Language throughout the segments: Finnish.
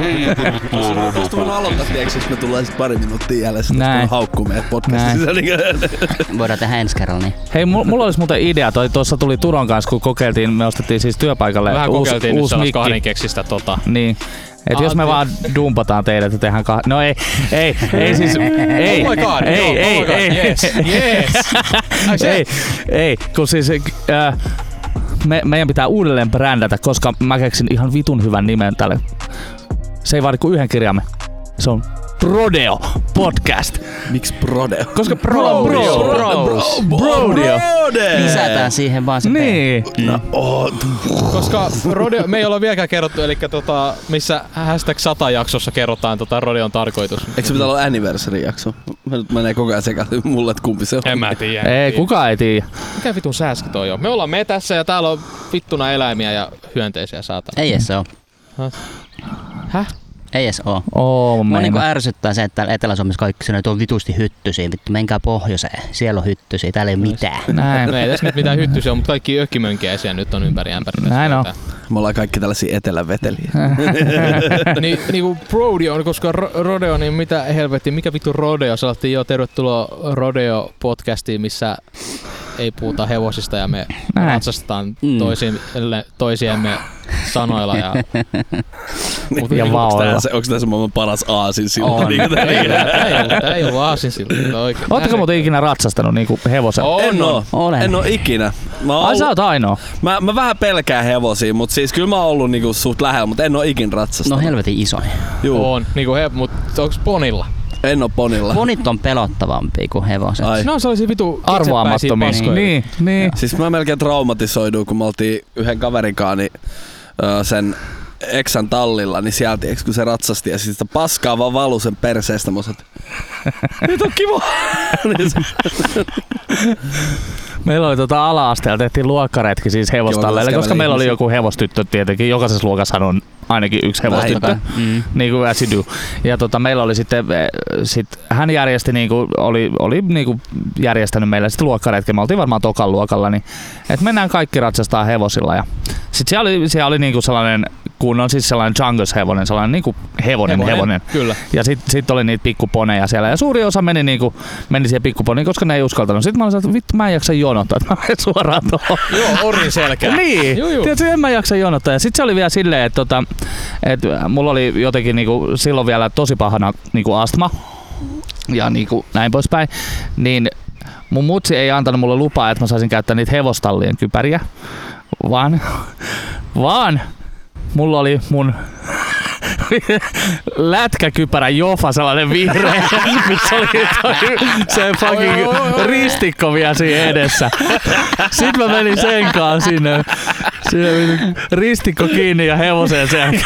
Tuosta mun aloittaa, jos me tullaan sit pari minuuttia jälleen, sit haukkuu meidät podcastissa. Voidaan tehdä ensi kerralla niin. Hei, mulla olisi muuten idea. Tuossa tuli Turon kanssa, kun kokeiltiin, me ostettiin siis työpaikalle vähän uusi kokeiltiin nyt mikki. kahden keksistä Niin. Et jos me vaan dumpataan teidät ja tehdään no ei siis, ei. Oh my god, ei, kun siis meidän pitää uudelleen brändätä, koska mä keksin ihan vitun hyvän nimen tälle. Se ei vaadi kuin yhden kirjaimen. Se on Rodeo Podcast. Miksi Brodeo? Koska Brodeo. Lisätään siihen vaan se niin. Koska Rodeo, me ei olla vieläkään kerrottu, eli missä #100-jaksossa kerrotaan Rodeon tarkoitus. Eikö se pitää olla anniversary-jakso? Nyt menee koko ajan sekaisin mulle, että kumpi se on. En mä tiedä. Ei, kukaan ei tiedä. Mikä vitun sääski toi on? Me ollaan tässä ja täällä on vittuna eläimiä ja hyönteisiä saatana. Ei edes oo. Häh? Ei edes oo. Mua niinku ärsyttää se, että Etelä-Suomessa kaikki sanoo, että on vitusti hyttysiä. Vittu, menkää pohjoiseen. Siellä on hyttysiä. Täällä ei ole mitään. Näin. No ei tässä nyt mitään hyttysiä on, mutta kaikki ökkimönkiäisiä nyt on ympäri ämpäriä. Näin on. Me ollaan kaikki tällaisia eteläveteliä. Niinku Rodeo, koska Rodeo, niin mitä helvettiä, mikä vittu Rodeo? Sanottiin jo tervetuloa Rodeo-podcastiin, missä ei puhuta hevosista ja me ratsastetaan toisiemme sanoilla ja vaoilla. Onko tässä maailman paras aasinsilta? On. Ei ollut aasinsilta oikein. Ootteko muuten ikinä ratsastanut niinku hevosella? En oo ikinä. Sä oot ainoa. Mä vähän pelkään hevosia, mutta siis kyllä mä oon ollut niinku suht lähellä, mutta en oo ikinä ratsastanut. No helvetin isoja. Juu. On, niinku mutta onks ponilla? En oo ponilla. Ponit on pelottavampia kuin hevoset. No on sellaisia vitu arvaamattomia. Niin. Siis mä melkein traumatisoiduin, kun me oltiin yhden kaverinkaan sen Exan tallilla, niin sieltä kun se ratsasti ja siis sitä paskaa vaan valui sen perseestä. Mä sanoin, nyt on kiva. Meillä oli ala-asteella, tehtiin luokkaretki siis hevostalleille, koska meillä oli joku hevostyttö tietenkin. Jokaisessa luokassa on ainakin yksi hevostyttö, niin kuin as you do. Ja meillä oli sitten hän järjesti, oli järjestänyt meille sitten luokkaretki. Me oltiin varmaan tokan luokalla, niin että mennään kaikki ratsastaa hevosilla. Ja sitten siellä oli niinku sellainen kunnon siis sellainen Changos-hevonen, sellainen niinku hevonen. Kyllä. Ja sit oli niitä pikkuponeja siellä ja suuri osa meni siihen pikkuponiin, koska ne ei uskaltanut. Sitten mä olin että vittu mä en jaksa jonottaa, että mä menen suoraan tuohon. Joo, orin selkää. Niin, tiedätkö, en mä jaksa jonottaa. Ja sit se oli vielä silleen, että mulla oli jotenkin silloin vielä tosi pahana astma ja näin poispäin. Niin mun mutsi ei antanut mulle lupaa, että mä saisin käyttää niitä hevostallien kypäriä, vaan mulla oli mun lätkäkypärä Jofa, sellainen vihreä, missä oli se fucking ristikko vielä siinä edessä. Sitten mä menin sen kanssa sinne ristikko kiinni ja hevosen sen.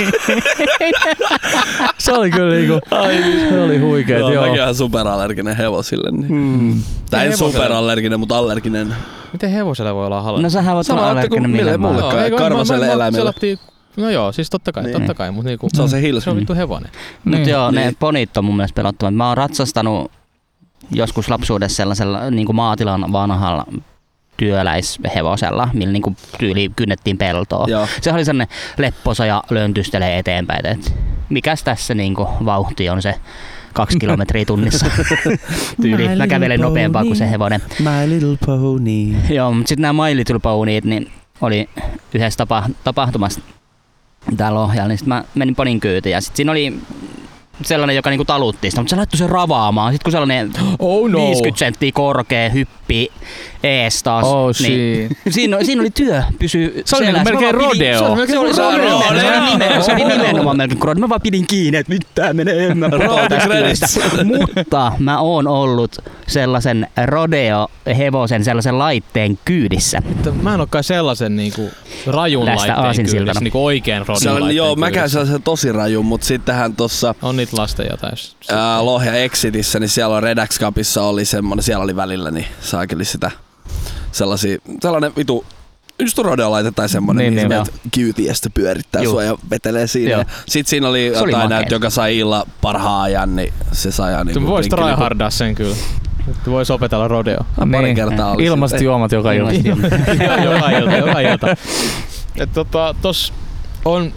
Se oli kyllä se oli huikeet. Joo, mäkin ihan superallerginen hevosille. Niin. Tai en superallerginen, mutta allerginen. Miten hevoselle voi olla allerginen? No sähän voit olla allerginen mille mullekaan, karvaselle eläimelle. No joo, siis totta kai, mutta niinku, se on se hilsmi. Se on vittu hevonen. Mut joo, ne ponit on mun mielestä pelottavat. Mä oon ratsastanut joskus lapsuudessa sellaisella niinku maatilan vanhalla työläishevosella, millä niinku tyyli kynnettiin peltoa. Joo. Se oli sellainen lepposa ja löntystelee eteenpäin, että mikäs tässä niinku vauhti on se 2 kilometriä tunnissa. Tyyli. Mä kävelen nopeampaa kuin se hevonen. My Little Pony. Joo, mutta sitten nämä My Little Ponyt, niin oli yhdessä tapahtumassa täällä Lohjalla, niin sit mä menin ponin kyytiin ja sit siinä oli sellainen, joka niinku talutti sitä, mutta se laittoi sen ravaamaan. Sitten kun sellainen 50 senttiä korkea hyppi ees taas, niin siinä oli työ pysyy se oli melkein rodeo. Se oli nimenomaan melkein rodeo. Mä vaan pidin kiinni, että nyt tää menee Mutta mä oon ollut sellaisen rodeo-hevosen sellaisen laitteen kyydissä. Mä en oo kai sellaisen niinku rajun laitteen kyydissä, niinku oikeen rodeo laitteen joo, mä käyn sellaisen tosi rajun, mutta sittenhän tossa on niitä lasten jotain. Lohja Exitissä, niin siellä on Redux Cupissa oli semmonen, siellä oli välillä, niin saakeli sitä sellainen vitu just rodeo-laite tai semmonen, niin menet kyytiästä pyörittää sua ja vetelee siinä. Joo. Sitten siinä oli jotain näyt, joka sai illan parhaan ajan, niin se sai ajan. Tu voisi tryhardaa sen kyllä. Tu voisi opetella rodeo. Pari kertaa oli. Ilmaiset juomat joka ilta. Joka ilta. Et tossa on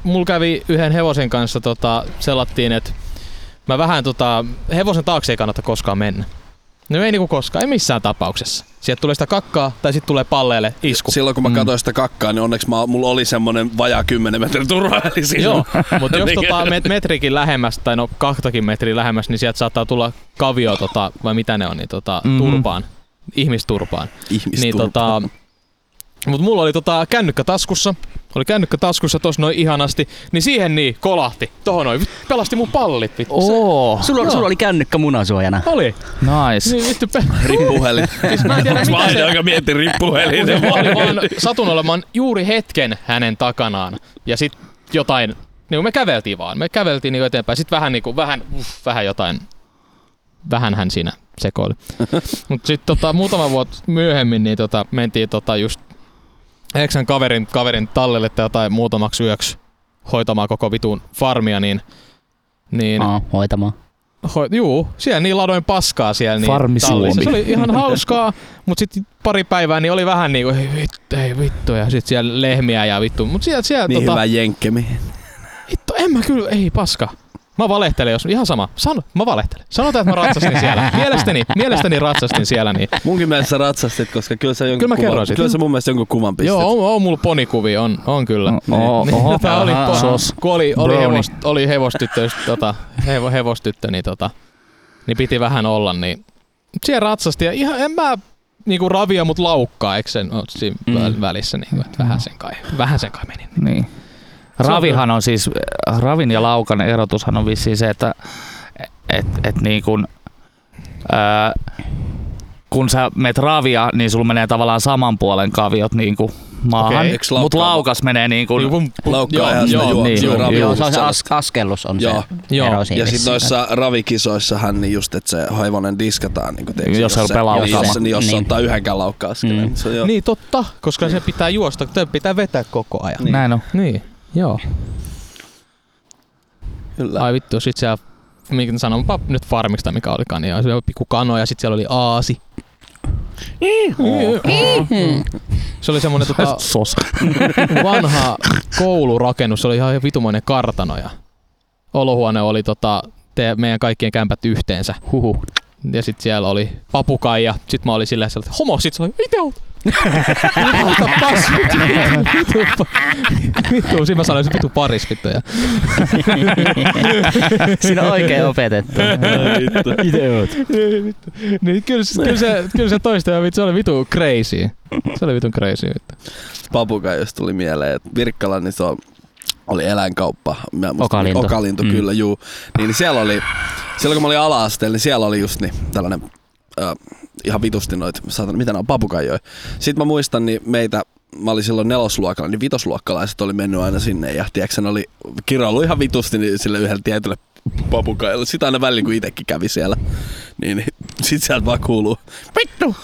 mulla kävi yhden hevosen kanssa sellattiin, että mä vähän hevosen taakse ei kannata koskaan mennä. No ei niinku koskaan, ei missään tapauksessa. Sieltä tulee sitä kakkaa tai sitten tulee palleelle isku. Silloin kun mä katsoin sitä kakkaa, niin onneksi mulla oli semmonen vajaa 10 metrin turvaväli siinä. Joo, mutta jos metrikin lähemmäs tai 2 metriä lähemmäs, niin sieltä saattaa tulla kavio vai mitä ne on, niin turpaan. Ihmisturpaan. Niin mutta mulla oli kännykkä taskussa. Oli kännykkä taskussa tossa noin ihanasti, niin siihen kolahti. Tohon noin. Pelasti mun pallit. Sulla oli kännykkä munasuojana. Oli. Nice. Niin vittu rippuhelin. Siis mä en tiedä mitä se... joka mietti rippuhelin. Vaan satun olemaan juuri hetken hänen takanaan. Ja sit jotain, niin me käveltiin vaan. Me käveltiin niin eteenpäin. Sit vähän jotain. Vähän hän siinä sekoili. Mut sit muutama vuotta myöhemmin niin mentiin just 9 kaverin tallelle tai jotain muutamaksi yöksi hoitamaan koko vitun farmia, niin hoitamaan. Juu, siellä niin ladoin paskaa siellä niin Farmi tallissa. Suomi. Se oli ihan hauskaa, mutta sitten pari päivää niin oli vähän niinku ei vittu ja sit siellä lehmiä ja vittu. Mut siellä niin hyvä jenkkemi. Vittu, en mä kyllä, ei paska. Mä valehtelen, jos ihan sama. Mä valehtelen. Sanotaan, että mä ratsastin siellä. Mielestäni ratsastin siellä. Niin. Munkin mielestä ratsastit, koska kyllä sä mun mielestä jonkun kuvan pistit. Joo, on mulla ponikuvia, on kyllä. Tää oli hevostyttö, hevostyttö, niin piti vähän olla. Niin. Siellä ratsasti ja ihan en mä niinku ravia mut laukkaa, eikö sen ole siinä välissä, niin, että vähän sen kai meni. Niin. Ravihan on siis, ravin ja laukan erotushan on vissiin se, että niin kun sä meet ravia, niin sulla menee tavallaan saman puolen kaviot niin kuin maahan, mutta laukas menee niin kuin... Laukkaa ihan sitä Joo, se on se askellus on se ero siinä. Ja sit noissa ravikisoissahan niin just, että se hevonen diskataan. Niin jos se rupeaa laukkaamaan. Jos se ottaa yhdenkään laukka-askeleen. Niin totta, koska se pitää juosta, pitää vetää koko ajan. Näin on. Niin. Joo. Kyllä. Ai vittu, sit siellä, sanonpa nyt farmista mikä olikaan, niin se oli pikku kano ja sit siellä oli aasi. Se oli semmonen vanha koulurakennus, se oli ihan vitumoinen kartano ja olohuone oli meidän kaikkien kämpät yhteensä. Ja sit siellä oli papukaija, sit mä olin silleen että homo, sit se oli ite oot. Vittu, siinä mä sanoin, vitu paris vittu. Siinä on oikein opetettu. Ideot. Niin kyllä se toista ja se oli vitu crazy. Se oli vitun crazy vittu. Papukaijasta tuli mieleen, että Virkkala, niin se oli eläinkauppa. Okalintu kyllä, juu. Niin siellä oli, silloin kun mä olin ala-asteella, niin siellä oli just niin tällainen ihan vitusti noita, mitä nämä on, papukaijoja. Sitten mä muistan, niin mä olin silloin 4-luokalla, niin 5-luokkalaiset oli mennyt aina sinne ja tiedätkö, ne oli kiroillut ihan vitusti niin sille yhdelle tietylle papukaijalle. Sitten aina välillä, kun itsekin kävi siellä, niin sit sieltä vaan kuuluu vittu!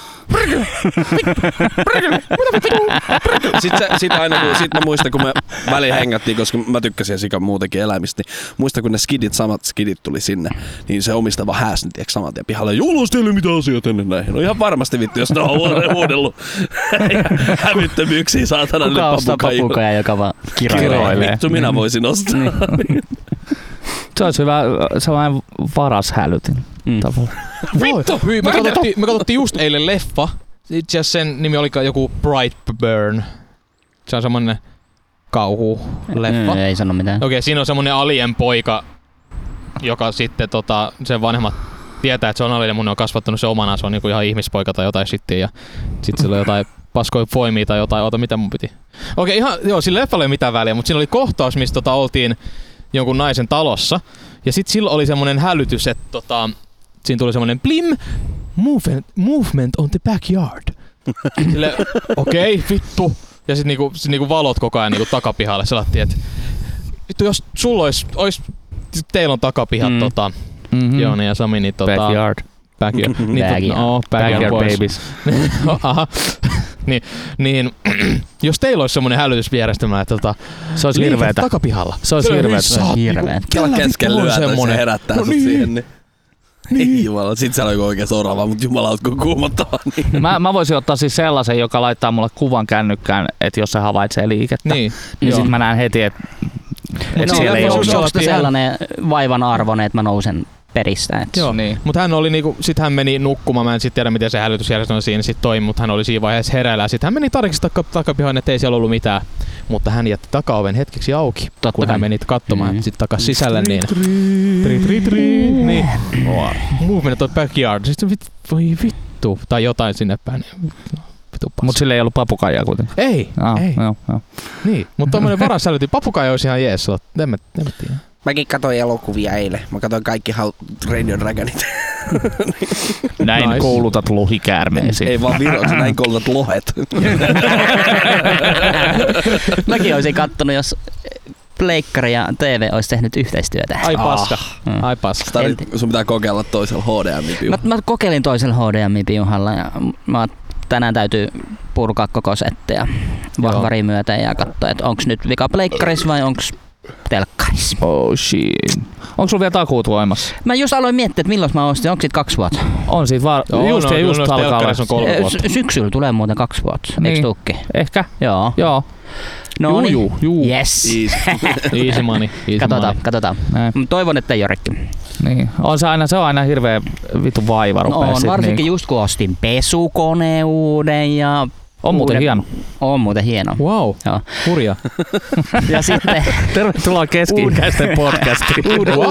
Sitten mä muistan, kun me väliin hengattiin, koska mä tykkäsin sikan muutenkin eläimistä, niin muistan, kun ne samat skidit tuli sinne, niin se omista vaan hääsi, niin tiedätkö, saman tien pihalle, juulusti ei ole mitään asiaa tänne näihin. No ihan varmasti vittu, jos ne on huudellut hävyttömyyksiä saatana. Kuka ostaa papukaja, joka vaan kiroilee? Vittu, minä voisin ostaa. Se olisi hyvä sellainen varashälytin tavallaan. Vittu! Me katsottiin just eilen leffa. Itse asiassa sen nimi oli joku Brightburn. Se on semmonen kauhuleffa. Ei sano mitään. Okei, siinä on semmonen alien poika, joka sitten sen vanhemmat tietää, että se on alien, mun on kasvattanut se omana, se on niinku ihan ihmispoika tai jotain sitten ja sit sillä on jotain paskoja voimia tai jotain, mitä mun piti. Okei, ihan, joo, sillä leffalla ei ole mitään väliä, mutta siinä oli kohtaus, missä oltiin jonkun naisen talossa ja sit sillä oli semmonen hälytys, että siinä tuli semmonen blim, movement on the backyard. Okei, vittu. Ja sit niinku valot koko ajan niinku takapihalle. Se lähti, että vittu jos sulla ois teillä on takapihat Jooni ja Sami, niin backyard. Backyard babies. Aha. niin jos teillä olisi semmonen hälytysjärjestelmä, että se olisi hirveetä. Takapihalla. Se olisi hirveetä. Kela kesken lyötä, se herättää sut siihen. Niin. Ei jumala, sit se on oikein soravaa, mutta jumalauta kun kuumottavaa. Niin. Mä voisin ottaa siis sellaisen, joka laittaa mulle kuvan kännykkään, että jos se havaitsee liikettä, niin sit mä näen heti, että siellä ei onko ole. sellainen vaivan arvoinen, että mä nousen peristä? Joo, niin. Mutta hän oli niinku, sit hän meni nukkumaan, mä en sit tiedä miten se hälytysjärjestelmä siinä sit toimi, mutta hän oli siinä vaiheessa hereillä. Sitten hän meni tarkistaa takapihaan, ettei siellä ollut mitään. Mutta hän jätti takaoven hetkeksi auki, kun hän meni katsomaan sit takas sisälle. Niin. Movement of backyard. Sitten voi vittu. Tai jotain sinne päin. Mut sillä ei ollut papukaijaa kuitenkin. Ei. Joo. Niin, mutta tommonen varassälytin. Papukaija olisi ihan jees. En mä tiedä. Mäkin katsoin elokuvia eilen. Mä katsoin kaikki Radio Dragonit. Näin koulutat lohikäärmeesi. Ei vaan Virossa, näin koulutat lohet. Mäkin olisin kattonut, jos pleikkari ja TV olisi tehnyt yhteistyötä. Ai paska. Sun pitää kokeilla toisella HDMI-piuhalla. Mä kokeilin toisella HDMI-piuhalla ja tänään täytyy purkaa koko settiä vahvarin myöten ja katsoa, että onko nyt vika pleikkarissa vai onko telkkarissa. Oh shit. Onko sulla vielä takuut voimassa? Mä just aloin miettiä, että milloin mä ostin. Onko siitä 2 vuotta? On siitä vaan. Just alkaa olla. Syksyllä tulee muuten 2 vuotta. Niin. Eikö tukki? Ehkä. Joo. No Juu. Yes. Easy money. Katsotaan. Toivon, että ei ole rikki. Niin. Se on aina hirveä vittu vaiva rupea. On varsinkin just kun ostin pesukoneen uuden ja on muuten hieno. On muuten hieno. Wow. Joo. Hurja. Ja sitten tervetuloa keski-ikäisten podcastiin.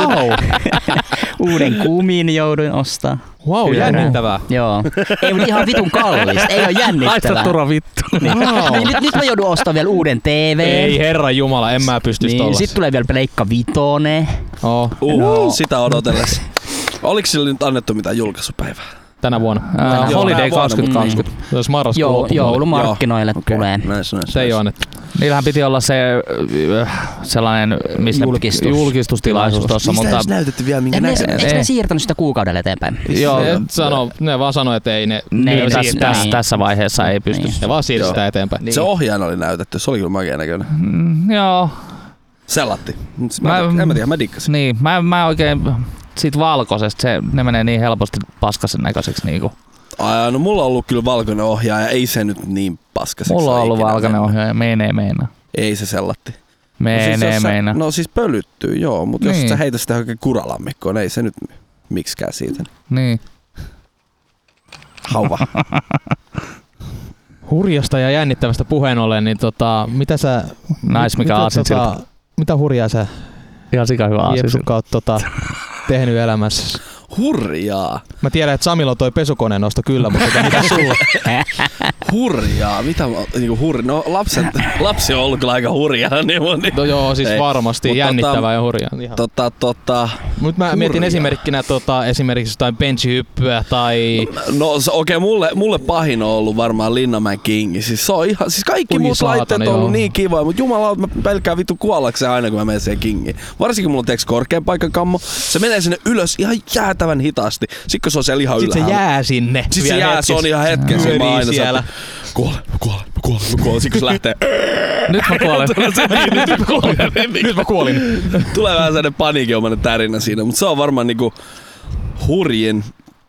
Uuden kumin jouduin ostaa. Wow, jännittävää. Joo. Ei ole ihan vitun kallista. Ei ole jännittävää. Haista Turo vittu. Wow. Nyt mä joudun ostamaan vielä uuden TV. Ei herra jumala, en mä pysty niin, sitten tulee vielä Pleikka Vitonen. Sitä odotellessa. Oliko sillä nyt annettu mitään julkaisupäivää? Tänä vuonna. Holiday 2020. Jos marraskuun joulumarkkinoille tulee. Nice. Se ei ole annettu. Niillähän piti olla se sellainen julkistustilaisuus tuossa, mutta mistä näytetty vielä minkä näköinen? Eikö ne siirtänyt sitä kuukaudelle eteenpäin? Joo. Ne vaan sanoi, että ei ne tässä vaiheessa ei pysty. Ne vaan siirtää sitä eteenpäin. Se ohjaaja oli näytetty, se oli kyllä makea näköinen. Joo. Sellatti. En mä tiedä, mä dikkasin. Niin, mä oikein siitä valkoisesta, ne menee niin helposti paskasen näköiseksi niinku. No mulla on ollut kyllä valkoinen ohjaaja, ei se nyt niin paskaseksi. Mulla on ollut valkoinen ohjaaja, menee. Ei se sellatti. Menee. No siis pölyttyy, joo, mutta niin. Jos sä heitä sitä oikein kuralammikkoon, ei se nyt miksikään siitä. Niin. Hauva. Hurjasta ja jännittävästä puheen ollen, niin mitä sä... Mikä aasinsilta. Mitä hurjaa sä... Ihan sika hyvä aasinsilta. Oot tehnyt elämässä? Hurjaa. Mä tiedän, että Samilla on toi pesukoneen nosto kyllä, mutta mitä sulla? Hurjaa. Mitä niinku hurjaa? No lapsi on ollut kyllä aika hurjaa. Niin. No joo, siis ei. Varmasti jännittävää ja hurjaa. Mut mä mietin esimerkkinä esimerkiksi jotain benchihyppyä tai... No okei, mulle pahin on ollut varmaan Linnanmäen Kingi. Siis se on ihan, siis kaikki muut laitteet on ollut niin kivoja, mutta jumalauta mä pelkään vittu kuollakseen aina kun mä menen siihen Kingiin. Varsinkin mulla on korkean paikan kammo. Se menee sinne ylös ihan jäätävän hitaasti. Sitten kun se on siellä ihan ylhäällä. Sitten se jää sinne. Sitten se jää, se on ihan hetken. Se mä aina siellä. Kuole. Sitten kun se lähtee. Nyt mä kuolin. Tulee vähän sellainen paniikinomainen tärinä siinä, mutta se on varmaan niinku hurjin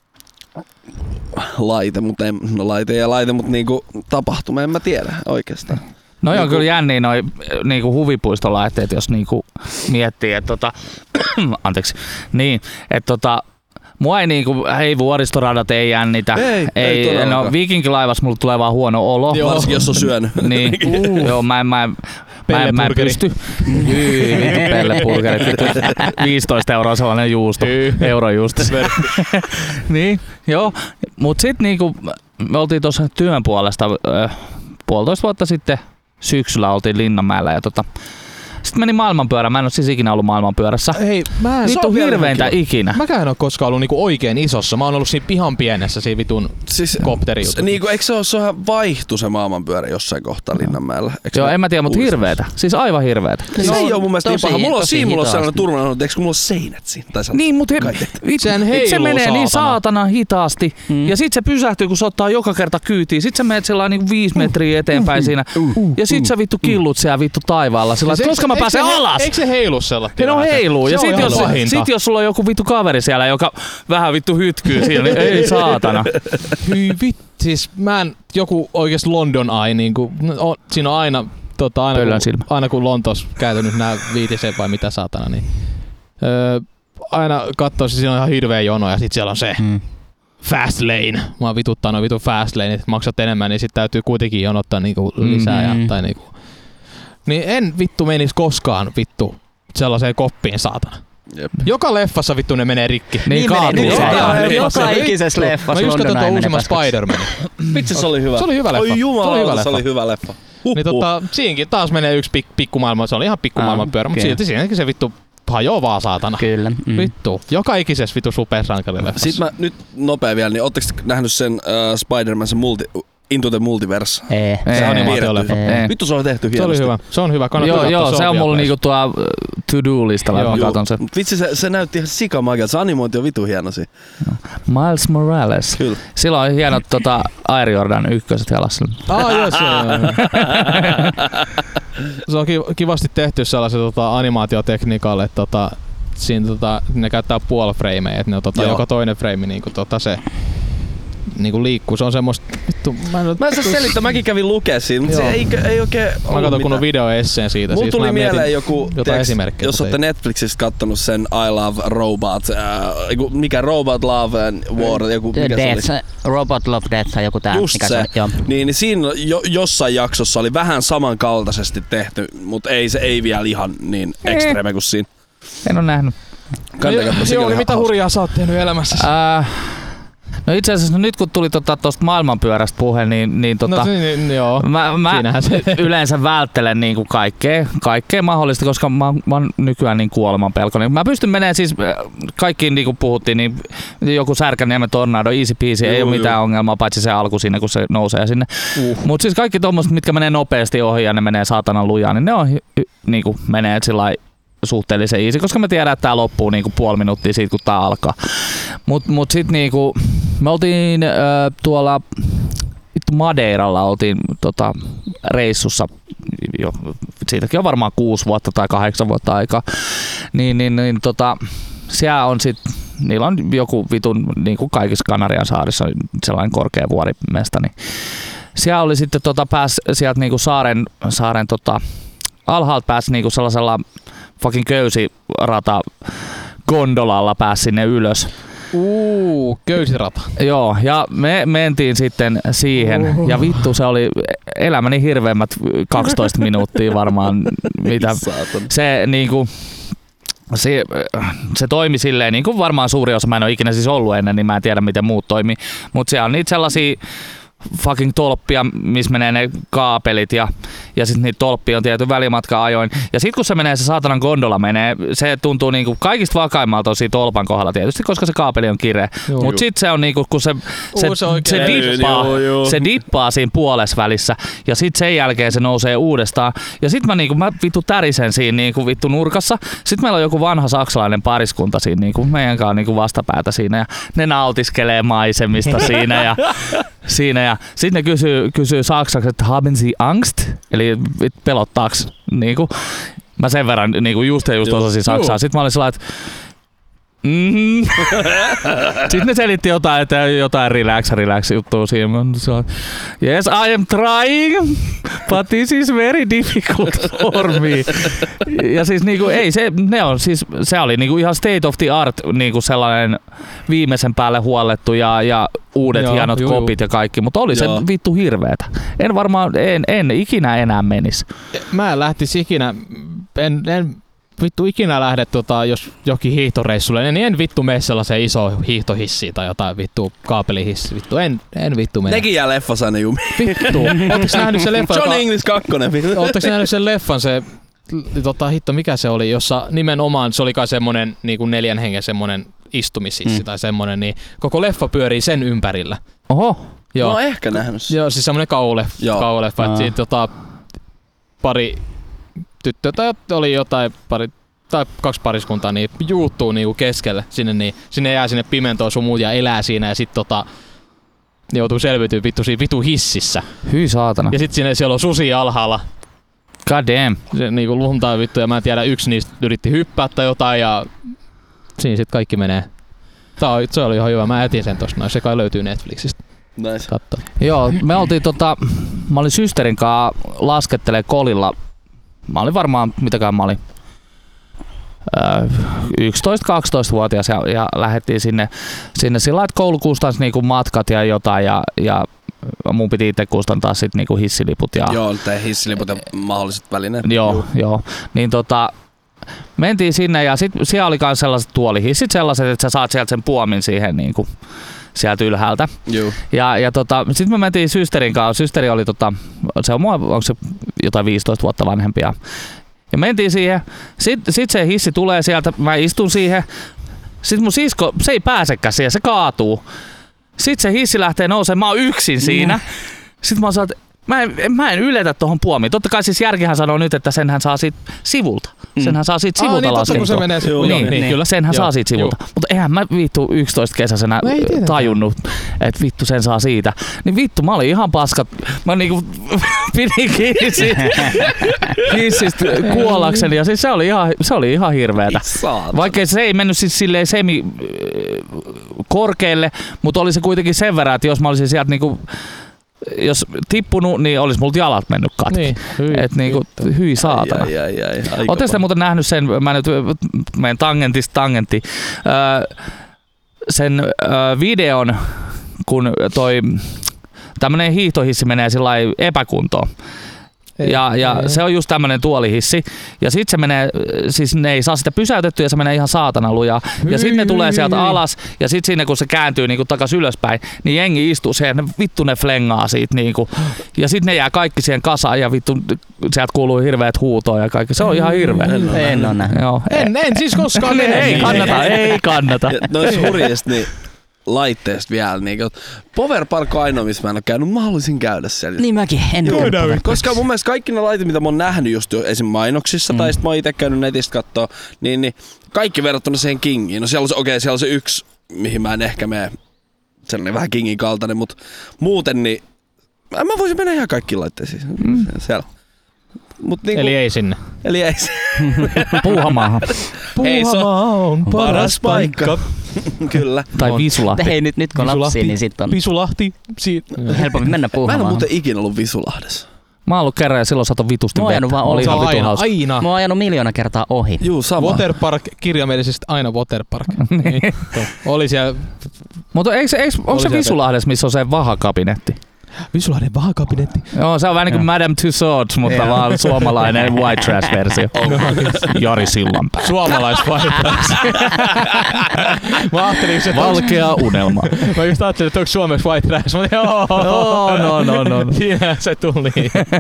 laite, mutta niinku tapahtuma, en mä tiedä oikeastaan. No on kyllä jänniä noi niinku huvipuistolaitteet, jos niinku miettii, että anteeksi. Niin, että mua ei vuoristoradat ei jännitä. Ei Viikinkilaivassa mulle tulee vaan huono olo. Joo. Varsinkin jos on syönyt. Niin. Joo, mä en pysty. Pellepurgerit. 15 € sellainen juusto. Eurojuusto. Niin, joo. Mut sit niinku me oltiin tuossa työn puolesta 1,5 vuotta sitten syksyllä oltiin Linnanmäellä ja sitten meni maailmanpyörä. Mä en ole siis ikinä ollut maailmanpyörässä. Hei, niitä on hirveintä ikinä. Mäkään en ole koskaan ollut niinku oikein isossa. Mä oon ollut siinä ihan pienessä siinä vitun kopterijutussa. Niinku, eikö sehän vaihtu se maailmanpyörä jossain kohtaa Linnanmäellä? Joo, en mä tiedä, mutta hirveetä. Siis aivan hirveetä. Se ei ole mun mielestä niin paha. Mulla on sellainen turvallinen, että eikö mulla on seinät siinä? Niin, mutta se menee niin saatana hitaasti. Ja sit se pysähtyy, kun se ottaa joka kerta kyytiin. Sit sä menet sellainen niinku 5 metriä eteenpäin siinä. Ja sit sä vittu killut siellä vittu taivaalla. Koska mä pääsen alas. Eikö se heilu sellainen? No heiluu. Ja sit jos sulla on joku vittu kaveri siellä, joka vähän vittu hytkyy siinä, niin ei saatana. Hyi vittu. Siis joku oikeesti London Eye, niinku, siinä on aina aina kun Lontoossa käytänyt nää viitisen vai mitä saatana, niin aina katsoisin, siinä on ihan hirveä jono ja sit siellä on se fast lane. Mua vituttaa noin vitun fast lane, että maksat enemmän, niin sit täytyy kuitenkin jonottaa niinku lisää. Tai niinku. Niin en vittu menis koskaan vittu sellaiseen koppiin saatana. Jep. Joka leffassa vittu ne menee rikki. Niin kaatuu. Joka ikisessä leffassa. Mä just katson tuon uusimman Spider-Manin. Vitsi, se oli hyvä. Se oli hyvä leffa. Oi jumala, se oli hyvä leffa. Niin siinkin taas menee yksi pikkumaailma. Se oli ihan pikkumaailman pyörä, mutta silti siinäkin se vittu hajoaa vaan saatana. Kyllä. Vittu. Joka ikisessä vittu supersankarileffassa. Sitten mä nyt nopea vielä, niin ootteko nähnyt sen Spider-Man, sen Into the Multiverse? Ei. Se on animaatioleffa. Vittu se on tehty hienosti. Se oli hyvä. Se on hyvä. Joo, se on mulla niinku tuo to-do-listalla, mä katon sen. Vitsi, se näytti ihan sikamagialta. Se animointi on vitu hienosi. Miles Morales. Kyllä. Sillä on hienot Air Jordan ykköset jalassa. Joo, se on kivasti tehty sellaisen animaatiotekniikalle, että siinä ne käyttää puoliframeja, että ne joka toinen frame niinku se niinku liikkuu. Se on semmoista vittu. Mä en saa selittää, mäkin kävin lukea siitä, mutta se ei oikein mä katson kun on videoesseen siitä. Mulla tuli mieleen joku esimerkkiä. Jos olette Netflixistä kattonut sen I Love Robot, mikä Robot Love and War, joku mikä Death, se oli? Robot Love Death tai joku tää. Just mikä se. Joo. Niin siinä jossain jaksossa oli vähän samankaltaisesti tehty, mutta ei se ei vielä ihan niin extreme kuin siinä. En oo nähnyt. Joo, niin mitä hurjaa sä oot tehnyt elämässäsi? No itse asiassa nyt kun tuli tosta maailmanpyörästä puhe, niin joo. Mä yleensä välttelen niinku kaikkea mahdollista, koska mä oon nykyään niin kuolemanpelkoinen. Mä pystyn menemään siis kaikkiin niin kuin puhuttiin, niin joku Särkänniemen tornado, easy peasy, ei ole mitään ongelmaa, paitsi se alku siinä, kun se nousee sinne. Mut siis kaikki tommoset, mitkä menee nopeasti ohi ja ne menee saatanan lujaan, niin ne on niinku menee sillai suhteellisen easy, koska me tiedän, että tää loppuu niinku puoli minuuttia siitä, kun tää alkaa. Mut sit niinku, me oltiin tuolla Madeiralla oltiin reissussa, siitäkin on varmaan 6 vuotta tai 8 vuotta aikaa, siellä on sit, niillä on joku vitun, niin kuin kaikissa Kanarian saarissa, sellainen korkea vuorimesta, niin siellä oli sitten pääsi sieltä niinku saaren alhaalta pääsi niinku sellaisella fucking köysirata gondolalla pääsi sinne ylös. Köysirata. Joo, ja me mentiin sitten siihen, ja vittu se oli elämäni hirveimmät 12 minuuttia varmaan, mitä se niinku, se toimi silleen, niin kuin varmaan suuri osa, mä en ole ikinä siis ollut ennen, niin mä en tiedä miten muut toimii, mutta siellä on niitä sellaisia fucking tolppia, missä menee ne kaapelit ja sitten niitä tolppia on tietty välimatka ajoin. Ja sit kun se menee, se saatanan gondola menee, se tuntuu niinku kaikista vakaimmalta on siinä tolpan kohdalla tietysti, koska se kaapeli on kireä. Mut sit se on niinku, kun se dippaa siinä puolesvälissä ja sit sen jälkeen se nousee uudestaan. Ja sit mä vittu tärisen siinä niinku vittu nurkassa. Sit meillä on joku vanha saksalainen pariskunta siinä niinku meidän kanssa niinku vastapäätä siinä ja ne nautiskelee maisemista siinä ja sitten ne kysyy saksaksi, että haben Sie Angst? Eli pelottaaks niinku. Mä sen verran niinku just osasin saksaa. Sitten mä olin sellainen, että Sitten ne selitti jotain relax juttua siinä. Yes, I am trying, but this is very difficult for me. Ja siis niinku, se oli niinku ihan state of the art, niinku sellainen viimeisen päälle huollettu ja uudet hienot kopit ja kaikki, mutta oli se vittu hirveetä. En ikinä enää menis. Mä en lähtisi ikinä, en vittu ikinä lähde jos jokin hiihtoreissulle, niin en vittu mene sellaiseen iso hiihtohissiin tai jotain vittu kaapelihissiin. Vittu, en vittu mene. Nekin jää leffassa ne jumi. Vittu. Ootteko nähnyt se leffa? John English 2. Ootteko nähnyt sen leffan, se hitto mikä se oli, jossa nimenomaan se oli kai semmonen niinku 4 hengen semmonen istumishissi tai semmonen, niin koko leffa pyörii sen ympärillä. Oho. Joo. Mä oon ehkä nähnyt sen. Joo, siis semmonen kauleffa, että siitä pari tyttöä tai oli jotain tai 2 pariskuntaa niin juuttuu niinku keskelle sinne, niin sinne jää sinne pimentoon sumuun ja elää siinä ja sit joutuu selviytyä vittu siinä vitu hississä. Hyi saatana. Ja sit siellä on susi alhaalla. God damn. Se niinku luntaa vittu ja mä en tiedä, yksi niistä yritti hyppää tai jotain ja siinä sit kaikki menee. Se oli ihan hyvä, mä etin sen tossa noin, se kai löytyy Netflixistä. Nice. Katso. Joo, me oltiin mä olin systerin kanssa laskettelee kolilla. Mä olin varmaan, mitäkään mä olin, 11-12-vuotias ja lähdettiin sinne sillä lailla, että koulu kustansi niinku matkat ja jotain ja mun piti itse kustantaa sit niinku hissiliput. Joo, hissiliput ja mahdolliset välineet. Joo. Niin mentiin sinne ja sit siellä oli kans sellaiset tuolihissit sellaiset, että sä saat sieltä sen puomin siihen niinku sieltä ylhäältä. Joo. Ja sit me mentiin systerin kanssa. Systeri oli se on onko se jotain 15 vuotta vanhempi. Ja mentiin siihen. Sit se hissi tulee sieltä. Mä istun siihen. Sit mun sisko, se ei pääsekään siihen, se kaatuu. Sit se hissi lähtee nousemaan. Mä oon yksin siinä. Sit mä sanoin, että mä en yletä tohon puomiin. Totta kai siis järkihän sanoo nyt, että senhän saa siitä sivulta. Senhän saa siitä sivulta laskettua. Se menee niin, kyllä. Senhän saa siitä sivulta. Mutta eihän mä vittu 11-kesäisenä tajunnut, että vittu sen saa siitä. Niin vittu, mä olin ihan paskat. Mä niinku pidin kiinni siitä hissistä kuollakseni. Ja siis se oli ihan hirveetä. Vaikka se ei mennyt siis silleen semi korkealle, mutta oli se kuitenkin sen verran, että jos mä olisin sieltä niinku jos tippunut, niin olisi multa jalat mennyt katki. Niin, hyi saatana. Ootte sitten muuten nähnyt sen, mä nyt menen tangentti, sen videon, kun toi tämmönen hiihtohissi menee sillai epäkuntoon. Ja se on just tämmönen tuolihissi. Ja sit se menee, siis ne ei saa sitä pysäytettyä ja se menee ihan saatana lujaa. Ja sit ne tulee sieltä alas ja sit siinä kun se kääntyy niinku takas ylöspäin, niin jengi istuu siihen ja vittu ne flengaa siitä niinku. Ja sit ne jää kaikki siihen kasaan ja vittu sieltä kuuluu hirveät huutoa ja kaikki. Se on ihan hirveä. En ole nähnyt. En siis koskaan. Ei kannata. Noissa hurjista niin laitteesta vielä. Niin, Power Park on ainoa, missä mä en ole käynyt. Mä haluaisin käydä siellä. Niin mäkin. Koska mun mielestä kaikki ne laitteet, mitä mä oon nähnyt just esim. Mainoksissa, tai sit mä oon ite käynyt netistä kattoo, niin kaikki verrattuna siihen Kingiin. No siellä on se yksi, mihin mä en ehkä mene. Sellainen vähän Kingin kaltainen, mutta muuten niin mä voisin mennä ihan kaikkiin laitteisiin. Siellä. Niinku, eli ei sinne. Puuhamaahan. Puuhamaa on paras paikka. Kyllä. Tai Visulahti. Hei, nyt kun on lapsia, niin sit on Visulahti. helpommin mennä Mä en Puuhamaahan. ole muuten ikinä ollut Visulahdessa. Mä oon ollut kerran ja silloin sato vitusti vettä. Oli ihan vitun hauska. Aina. Mä oon ajanut 1,000,000 kertaa ohi. Juu, sama. Waterpark, kirjaimellisesti aina Waterpark. Niin. Oli siellä. Mutta onko se Visulahdessa, missä on se vahakabinetti? Visulahden vahakabinetti. Joo, se on vähän niin kuin Madame Tussauds, mutta vaan suomalainen white trash-versio. Jari Sillanpää. Suomalais-white trash. Mä ajattelin, että Valkea unelma. Mä just ajattelin, että onko Suomessa white trash. Mä No. Siinä se tuli.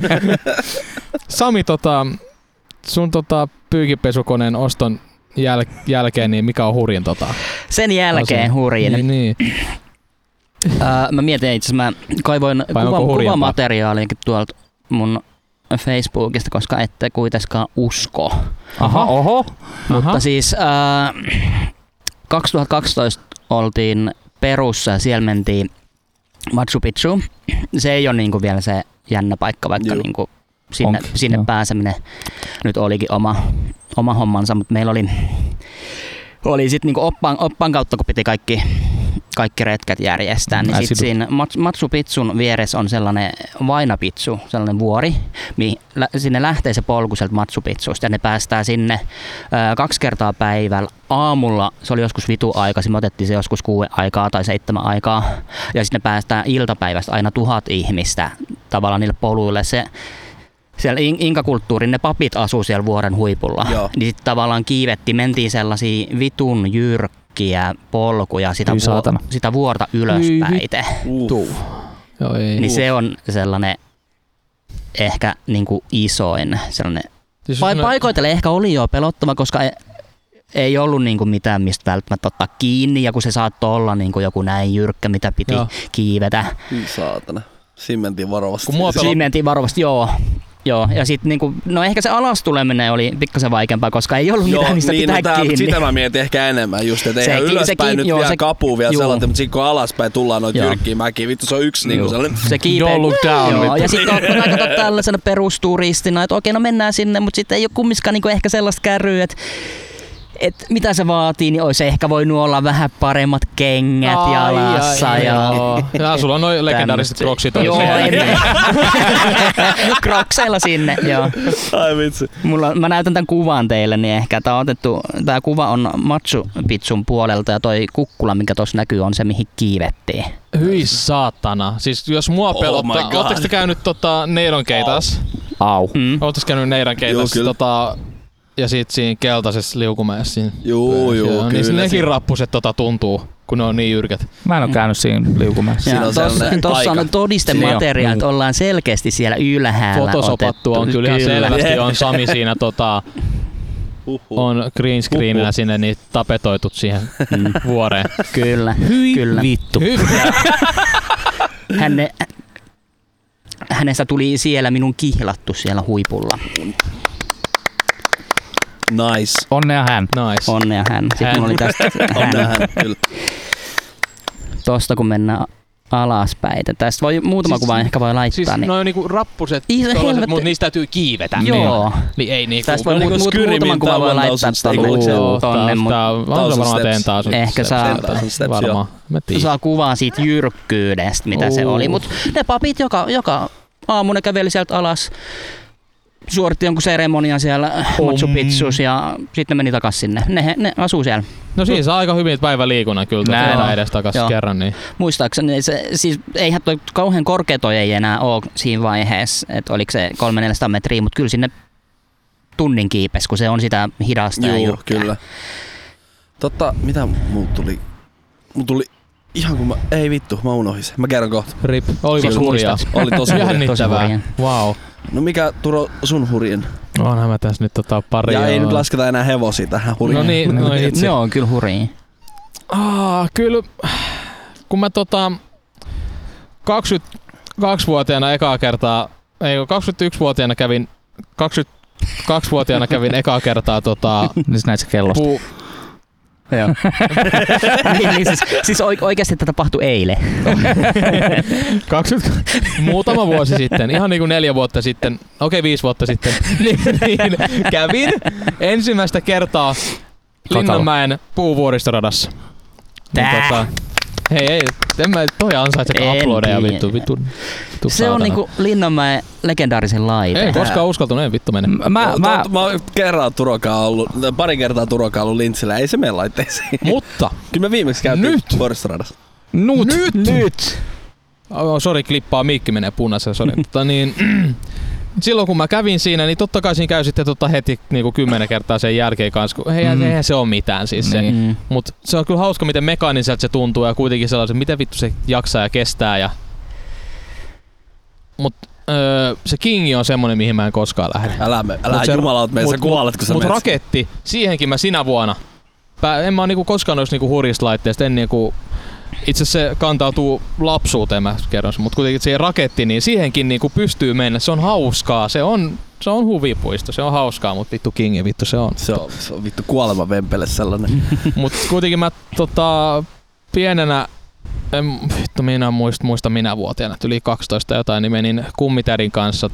Sami, sun pyykinpesukoneen oston jälkeen, niin mikä on hurjin Sen jälkeen hurjin. Niin. Mä mietin itse asiassa, mä kaivoin kuvamateriaaliakin tuolta mun Facebookista, koska ette kuitenkaan usko. Oho. Mutta siis 2012 oltiin Perussa ja siellä mentiin Machu Picchu. Se ei ole niinku vielä se jännä paikka, vaikka niinku sinne pääseminen nyt olikin oma hommansa, mutta meillä oli sitten niinku oppaan kautta, kun piti kaikki retket järjestää, niin sitten siinä Machu Picchun vieressä on sellainen Vainapitchu, sellainen vuori, sinne lähtee se polku sieltä Machu Picchusta ja ne päästään sinne 2 kertaa päivällä. Aamulla, se oli joskus aikaisin, me otettiin se joskus 6 aikaa tai 7 aikaa ja sitten ne päästään iltapäivästä aina 1000 ihmistä tavallaan niille poluille. Siellä inkakulttuurin ne papit asuu siellä vuoren huipulla, niin sitten tavallaan mentiin sellaisia vitun jyrkkiä polkuja sitä vuorta ylöspäite. Niin se on sellainen ehkä niinku isoin sellainen. Siis paikoitelle ehkä oli jo pelottava, koska ei ollut niinku mitään, mistä välttämättä ottaa kiinni, ja kun se saattoi olla niinku joku näin jyrkkä, mitä piti kiivetä. Saatana. Siinä mentiin varovasti. Joo, ja sitten niinku, no ehkä se alas tuleminen oli pikkasen vaikeampaa, koska ei ollut mitään, mistä pitää kiinni. Sitä mä mietin ehkä enemmän just, että eihän ylöspäin nyt vielä kapuu vielä sellainen, mutta sitten kun alaspäin tullaan noita jyrkkiä mäkiä, vittu se on yksi niinku sellainen. Se kiipee. Don't look down. Joo, ja sitten katsot tällaisena perusturistina, että okei, no mennään sinne, mutta sitten ei ole kumminkaan niinku ehkä sellaista kärryä, että et mitä se vaatii, niin olisi ehkä voinut olla vähän paremmat kengät jalassa. Ja sulla on noin legendaariset kroksit. Joo, krokseilla sinne, joo. Ai vitsi. Mä näytän tämän kuvan teille, niin ehkä tää kuva on Machu Picchun puolelta ja toi kukkula, mikä tuossa näkyy, on se, mihin kiivettiin. Hyi saatana. Siis jos mua pelottaa, ootteko te käynyt Neidonkeitas? Au. Ootteko käynyt Neidonkeitas? Ja sit siinä keltaisessa liukumäessä. Joo, kyllä. Niin nekin rappuset tuntuu, kun ne on niin jyrkät. Mä en oo käynyt siinä liukumäessä. Tuossa on todistemateriaalit, ollaan selkeästi siellä ylhäällä Fotosopattua on kyllä ihan selvästi, on Sami siinä on green screenillä sinne niin tapetoitut siihen vuoreen. Kyllä. Kyllä. Vittu. Hänestä tuli siellä minun kihlattu siellä huipulla. Nice. Onnea hän. Nice. Onnea hän. Sitten oli tästä Onnea hän, kyllä. Tosta kun mennään alaspäin. Tästä voi muutama kuva ehkä voi laittaa. Siis niin. noi on niinku rappuset, mutta niistä täytyy kiivetä. Joo. Niin ei niinku. Tästä voi muutaman kuva voi laittaa tonne. On se varmaan teen taas. Ehkä varmaan. saa kuvaa siitä jyrkkyydestä, mitä se oli. Mut ne papit joka aamu ne käveli sieltä alas. Suoritti jonkun seremonian siellä Machu Picchus ja sitten meni takas sinne. Ne asuu siellä. No siinä saa aika hyvin päiväliikunnan kyllä edes takas kerran. Niin. Muistaakseni siis eihän toi kauhean korkea toi ei enää ole siinä vaiheessa, että oliko se 300-400 metriä, mutta kyllä sinne tunnin kiipes, kun se on sitä hidasta ja jyrkkää. Kyllä. Mitä muut tuli? Mut tuli ihan kun ei vittu, mä unohdin sen. Mä kerron kohta. Rip. Oli tosi hurjaa. Oli tosi jännittävää. Wow. No mikä Turo sun hurjin? Onhan mä tässä nyt pari. Ja ei nyt lasketa enää hevosia tähän hurjiin. No niin, ne on kyllä hurjia. Kyllä, kun mä 22-vuotiaana ekaa kertaa, 21-vuotiaana kävin 22-vuotiaana kävin ekaa kertaa Nyt näit se kellosta. Joo. siis oikeasti tätä tapahtui eilen. Muutama vuosi sitten, ihan niinku 4 vuotta sitten, 5 vuotta sitten, niin kävin ensimmäistä kertaa Linnanmäen puuvuoristoradassa. Hei, en mä toi ansaitsekaan uploadeja vittu. Se on niinku Linnanmäen legendaarisen laite. Ei koskaan uskaltunut, ei vittu mene. Mä oon pari kertaa Turokaa ollut Lintsillä, ei se mene laitteisiin. Mutta kyllä me viimeksi käytiin vuoristoradassa. Nyt! Sori, klippaa, miikki menee punaiselle, sori. Mutta niin, silloin kun mä kävin siinä, niin totta kai siinä käy sitten heti niinku 10 kertaa sen jälkeen kanssa, kun eihän se ole mitään siis se. Mut se on kyllä hauska, miten mekaaniselta se tuntuu ja kuitenkin sellaisen, miten vittu se jaksaa ja kestää. Mut se Kingi on semmonen, mihin mä en koskaan lähde. Älä jumalaut mene, sä kuolet kun sä menet. Mut raketti, siihenkin mä sinä vuonna. En mä oo niinku koskaan noista niinku hurjista laitteista, itse se kantautuu lapsuuteen, mä kerron sen, mutta kuitenkin siihen raketti, niin siihenkin niinku pystyy mennä. Se on hauskaa, se on huvipuisto, se on hauskaa, mutta vittu Kingi, vittu se on. Se on vittu kuolema vempele sellainen. Mut kuitenkin mä pienenä, minä muista minä vuotiaana, yli 12 jotain, niin menin kummitärin kanssa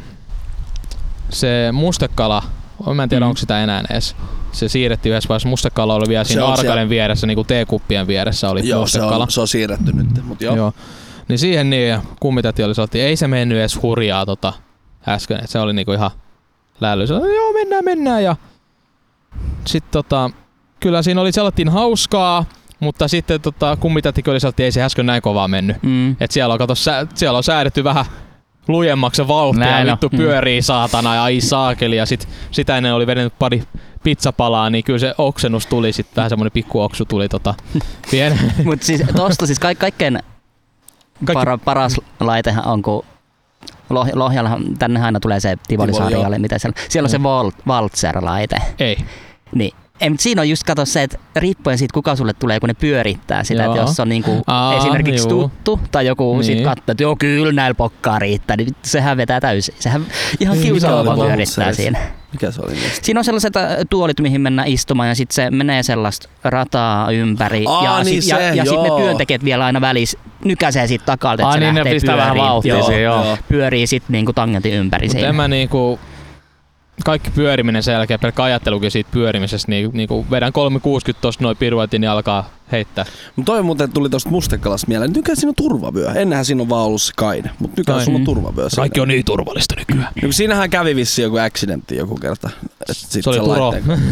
se mustekala, mä en tiedä onko sitä enää edes. Se siirrettiin yhdessä vaiheessa, mustekala oli vielä siinä arkalen vieressä, niinku teekuppien vieressä oli mustekala. Se on siirretty nyt, mut joo. Niin siihen ja kummitäti oli sanottiin, ei se mennyt edes hurjaa äsken, että se oli niinku ihan lällys. Joo, mennään ja sit kyllä siinä oli sellainen hauskaa, mutta sitten kummitätikin oli sellainen, ei se äsken näin kovaa mennyt. Et siellä on säädetty vähän lujemmaksi vauhtia ja vittu pyörii saatana ja ai saakeli ja sitä ennen oli vedennyt pari pizzapalaa, niin kyllä se oksennus tuli sitten vähän semmonen pikku oksu tuli pienen. Mut siis tosta siis kaikkein paras laitehan on, kun Lohjallahan tänne aina tulee se Tivoli-sarjalle, mitä siellä on se Waltzer-laite. Ei. Niin. Siinä on just kato se, että riippuen siitä kuka sulle tulee, kun ne pyörittää sitä, että jos on niinku esimerkiksi tuttu tai joku sit katsoo, että joo kyllä näillä pokkaa riittää, niin sehän vetää täysin. Sehän ihan kiusaava pyörittää siinä. Mikä se oli niistä? Siinä on sellaiset tuolit, mihin mennään istumaan ja sitten se menee sellaista rataa ympäri ja sitten ne työntekijät vielä aina välissä nykäisee siitä takalta, että se lähtee pyöriin. Pyörii sit niinku tangentin ympäri siinä. En mä niinku kaikki pyöriminen sen jälkeen, pelkkä ajattelukin siitä pyörimisestä, niin kun vedän 360 tosta noin piruetin, niin alkaa heittää. Mutta toi muuten tuli tosta Mustekalasta mieleen. Nykyään siinä on turvavyö. Ennenhän siinä on vaan ollut se kaide, mutta nykyään sulla on turvavyö. Kaikki on niin turvallista nykyään. No, siinähän kävi vissiin joku accidentti joku kerta. Se oli Turo.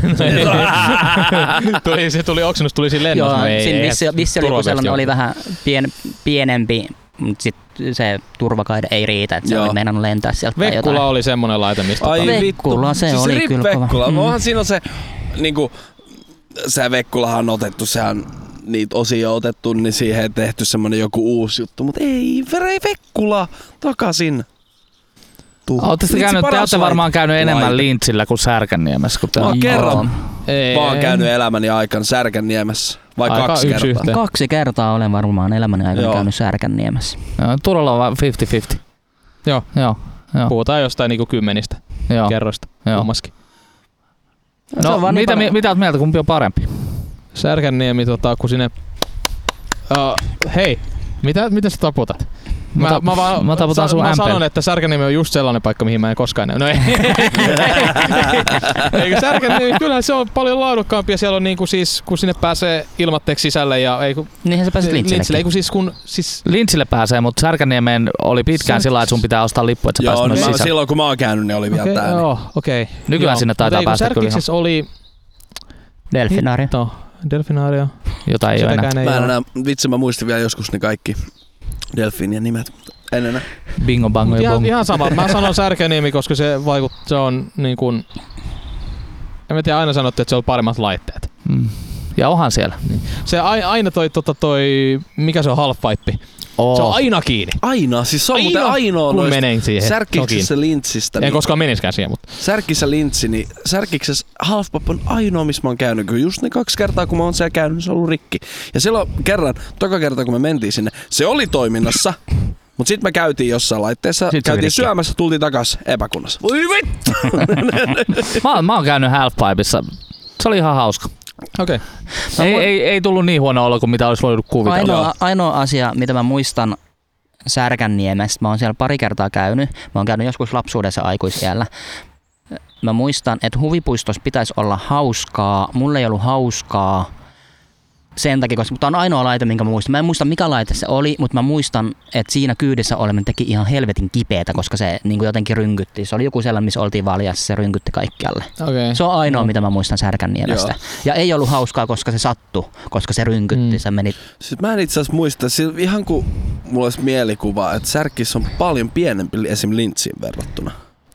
Se tuli oksennus, tuli siinä lennossa. Joo, siinä vissi oli joku sellainen, oli vähän pienempi, mutta sitten se turvakaide ei riitä, että se oli meinannut lentää sieltä. Vekkula oli semmonen laite, mistä... Ai Vekkula, se siis oli kyllä Vekkula. Onhan siinä on se, niinku, se Vekkulahan on otettu, sehän niitä osia on otettu, niin siihen ei tehty semmonen joku uusi juttu, mutta ei Vekkula takaisin. Te olette varmaan käynyt enemmän Lintsillä kuin Särkänniemessä. Mä oon kerran vaan käynyt elämäni aikana Särkänniemessä. Vai aika 2 kertaa? Yhteen. 2 kertaa olen varmaan elämäni aikana käynyt Särkänniemessä. Turulla on vaan 50-50. Joo. Puhutaan jostain niinku 10 kerroista kummaskin. No, mitä oot mieltä, kumpi on parempi? Särkänniemi, kun sinne... hei, mitä sä taputat? Mä taputan sun mä sanon, että Särkänniemi on just sellainen paikka, mihin mä en koskaan näy. No ei. Eikö Särkänniemi, kyllähän se on paljon laadukkaampi ja siellä on niinku siis, kun sinne pääsee ilmatteeksi sisälle ja niinhän sä pääset Lintsillekin. Lintsille pääsee, mutta Särkänniemeen oli pitkään sillä, että sun pitää ostaa lippu, että sä pääset myös sisään. Silloin kun mä oon käynyt, ne oli vielä täällä. Joo, okei. Nykyään sinne taitaa päästä kyllä. Särkiksessä oli... Delfinaario. Delfinaario. Jota ei ole enää. Mä muistin vielä joskus ne kaikki delfiinien nimet. En enää. Bingo, bango ja bongo. Ihan sama. Mä sanon Särkänniemi, koska se on niin kuin... En tiedä, aina sanottu, että se on paremmat laitteet. Ja onhan siellä. Se aina toi mikä se on halfpipe? Se on aina kiinni. Aina? Siis se on muuten ainoa noista Särkiksessä Lintsistä. En koskaan meniskään siihen, mutta... Särkissä Lintsi, niin Särkiksessä halfpipe on ainoa, missä mä oon käynyt. Just ne 2 kertaa, kun mä oon siellä käynyt, niin se on ollut rikki. Ja silloin toka kerta, kun me mentiin sinne, se oli toiminnassa. Mut sit me käytiin jossain laitteessa, käytiin syömässä, tultiin takas epäkunnassa. Voi vittu! Mä oon käynyt halfpipeissa. Se oli ihan hauska. Okei. Ei tullut niin huono olo kuin mitä olisi voinut kuvitella. Ainoa asia, mitä mä muistan Särkänniemestä, mä oon siellä pari kertaa käynyt. Mä oon käynyt joskus lapsuudessa aikuisiällä. Mä muistan, että huvipuistossa pitäisi olla hauskaa. Mulla ei ollut hauskaa sen takia, koska tämä on ainoa laite, minkä mä muistan. Mä en muista, mikä laite se oli, mutta mä muistan, että siinä kyydissä oleminen teki ihan helvetin kipeätä, koska se niin kuin jotenkin rynkytti. Se oli joku sellainen, missä oltiin valjassa, se rynkytti kaikkialle. Okay. Se on ainoa, mitä mä muistan Särkänniemestä. Joo. Ja ei ollut hauskaa, koska se sattui, koska se rynkytti. Se meni... Sitten mä en itse asiassa muista, ihan kun mulla olisi mielikuva, että Särkissä on paljon pienempi esim. Lintsiin verrattuna.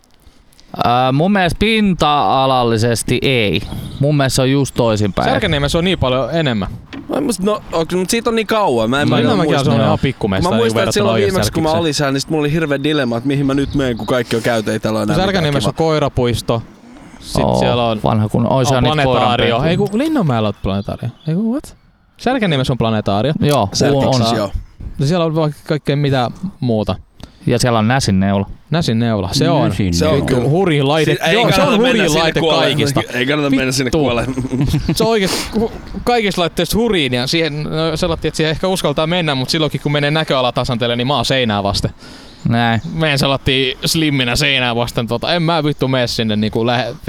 Mun mielestä pinta-alallisesti ei. Mun mielestä se on just toisinpäin. Särkänniemessä on niin paljon enemmän. Mutta siitä on niin kauan. Mä en muista. Se on ihan pikkumesta. Mä muistan, että silloin viimeksi kun mä olin siellä, niin mulla oli hirveä dilemma, että mihin mä nyt menen, kun kaikki on käyty, ei täällä ole enää Särkänniemessä on koirapuisto. Sitten siellä on vanha kun on planetaario. Ei kun Linnanmäellä on planetaario. Ei kun what? Särkänniemessä on planetaario. Joo, on. Siellä on vaikka kaikkea mitä muuta. Ja siellä on Näsin neula. Näsin neula, se on kyllä hurjin laite. Joo, se on hurjin laite kaikista. Ei kannata mennä sinne kuoleen. Se on oikeesti kaikista laitteista hurjin ja siihen selattiin, että siihen ehkä uskaltaa mennä, mutta silloinkin kun menee näköalatasanteelle, niin mä oon seinää vasten. Näin. Meidän salattiin slimminä seinää vasten. En mä vittu mene sinne niinku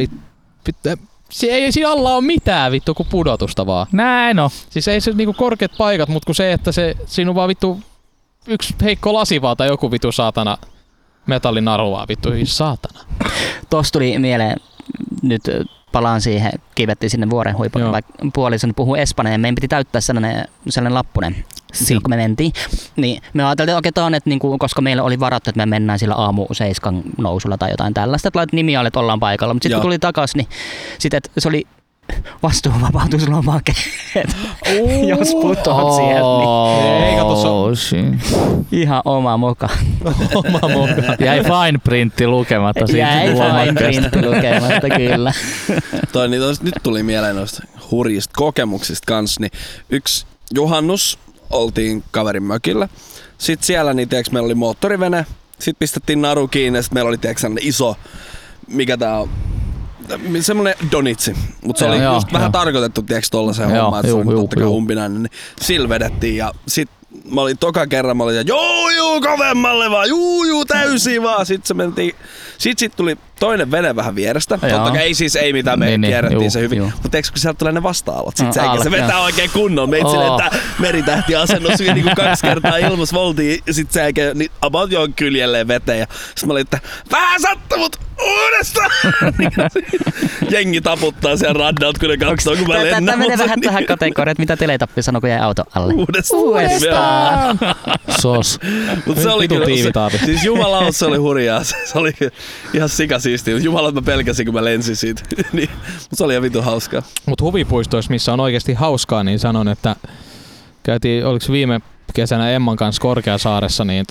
ei siinä alla ole mitään vittu kuin pudotusta vaan. Näin on. Siis ei se niinku korkeat paikat, mutta kun se, että siinä on vaan vittu yksi heikko lasi vaan tai joku vittu saatana metallinaru vaan vittu saatana. Tossa tuli mieleen, nyt palaan siihen, kivettiin sinne vuoren huipulle, vaikka puolisoni puhuu espanjaa ja meidän piti täyttää sellainen lappunen. Silloin kun me mentiin, niin me ajateltiin, että okei, tämä on, että niinku, koska meillä oli varattu, että me mennään sillä aamu 7 nousulla tai jotain tällaista, että laitat nimiä, että ollaan paikalla. Mutta sitten kun tuli takaisin, niin sitten se oli vastuunvapautuslomake, jos putoat sieltä, niin ei kato ihan oma moka. Oma moka. Jäi fine printti lukematta. Jäi fine printti lukematta, kyllä. Nyt tuli mieleen noista hurjista kokemuksista kanssa, niin yksi juhannus oltiin kaverin mökillä. Sitten siellä niin, meillä oli moottorivene, sitten pistettiin naru kiinni ja sitten meillä oli iso, mikä tää on, semmonen donitsi, mutta se oli just vähän tarkoitettu tollasen hommaan, että se on totta kai umpinainen, niin sillä vedettiin ja sit mä olin toka kerran, mä olin joo kovemmalle vaan, juu täysin vaan, sit se mentiin, sit tuli toinen vene vähän vierestä. Totta kai ei mitään, me kierrettiin se hyvin. Mutta eikö kun sieltä tulee ne vasta-alot, sit se vetää oikein kunnon. Meitä silleen, että meritähtiasennus niinku 2 kertaa ilmassa voltiin ja sit se eikä niin about johon kyljelleen veteen. Ja sit mä olin, että vähän sattu, mut uudestaan! Jengi taputtaa siellä raddalta, kun ne katsoo, kun mä lennän. Tämä menee vähän tähän kategoriaan, että mitä Teletappi sanoi, kun jäi auto alle. Uudestaan! Sos. Mut se oli kyllä, siis jumalaus se oli hurjaa. Se oli ihan sikasiistiä. Jumala, mä pelkäsin, kun mä lensin siitä. Niin, mut se oli ihan vitun hauskaa. Mut huvipuistoissa, missä on oikeesti hauskaa, niin sanon, että käytiin, oliks viime kesänä Emman kanssa Korkeasaaressa, niin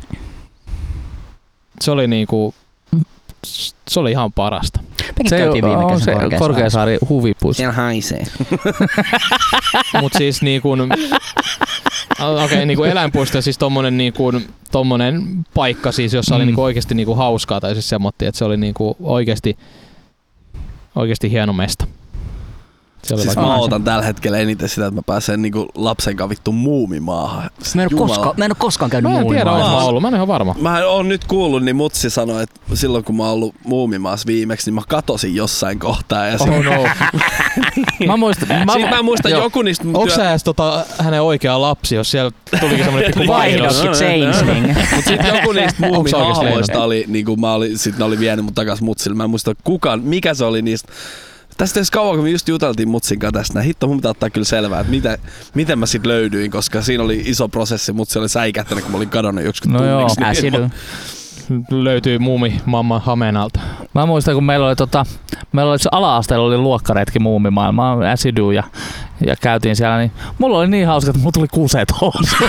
se oli niinku, se oli ihan parasta. Se on se Korkeasaari huvipuisto. Siellä haisee. Mut siis niinku, niinku eläinpuisto, siis tommonen paikka siis, jossa oli niinku oikeesti niinku hauskaa, tai siis semmoinen, että se oli niinku oikeesti hieno mesta. Siis mä ootan tällä hetkellä eniten sitä, että mä pääsen niinku lapsen kanssa vittu muumimaahan. Mä en oo koskaan käynyt muumimaahan. Mä en tiedä, mä en ihan varma. Mä oon nyt kuullut, niin mutsi sanoi, että silloin kun mä oon ollut muumimaassa viimeksi, niin mä katosin jossain kohtaa. Ja no. Mä muistan joku niistä... Onks sä edes hänen oikea lapsi, jos siellä tulikin semmonen pikku vaihdos? Changeling. Mut sit joku niistä muumihahvoista oli, niinku sit ne oli vienyt mut takas mutsille. Mä en muista mikä se oli niistä. Tästä edes kauan, kun me just juteltiin mutsin kanssa tästä. Hitto, mun pitää ottaa kyllä selvää, että miten mä sit löydyin, koska siinä oli iso prosessi, mutsi oli säikähtänyt, kun mä olin kadonnut joksikin tunniksi. Löytyy muumimamman hameen alta. Mä muistan, kun meillä oli ala-asteella oli luokkaretki muumimaailmaan, Asidu ja käytiin siellä, niin mulla oli niin hauska, että mulla tuli kuset housuun.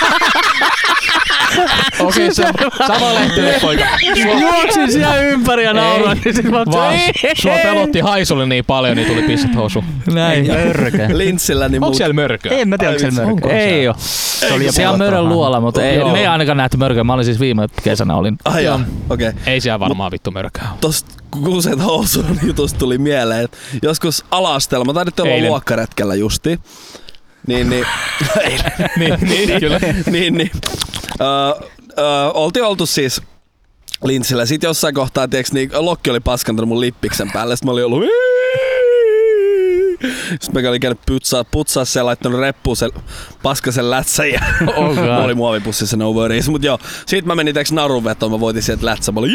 Okei, sama lehtinen poika. Juoksin siellä ympäri ja nauroin. Sua pelotti haisulle niin paljon, niin tuli pisset housuun. Näin. Mörkö. Lintsillä niin onko siellä mörköä? En mä tiedä, onko siellä mörköä. Ei oo. Siellä on mörön luola, mutta me ei ainakaan nähty mörköä. Mä olin siis viime kesänä olin. Okei. Ei siellä varmaan vittu mörköä. Tosta kuset housuun jutusta tuli mieleen, että joskus ala-asteella, mä taidettiin olla luokkaretkellä justi. Niin, kyllä. Oltiin oltu siis Lintsillä. Sitten jossain kohtaa, tiiäks, niin Lokki oli paskantanut mun lippiksen päälle. Sitten mä olin ollut... Sitten mä olin käynyt putsaa sen, laittanut reppuun sen paskasen lätsän ja mä olin muovipussissa no worries. Mut joo, sit mä menin narunvetoon, mä voitin sieltä lätsän. Mä olin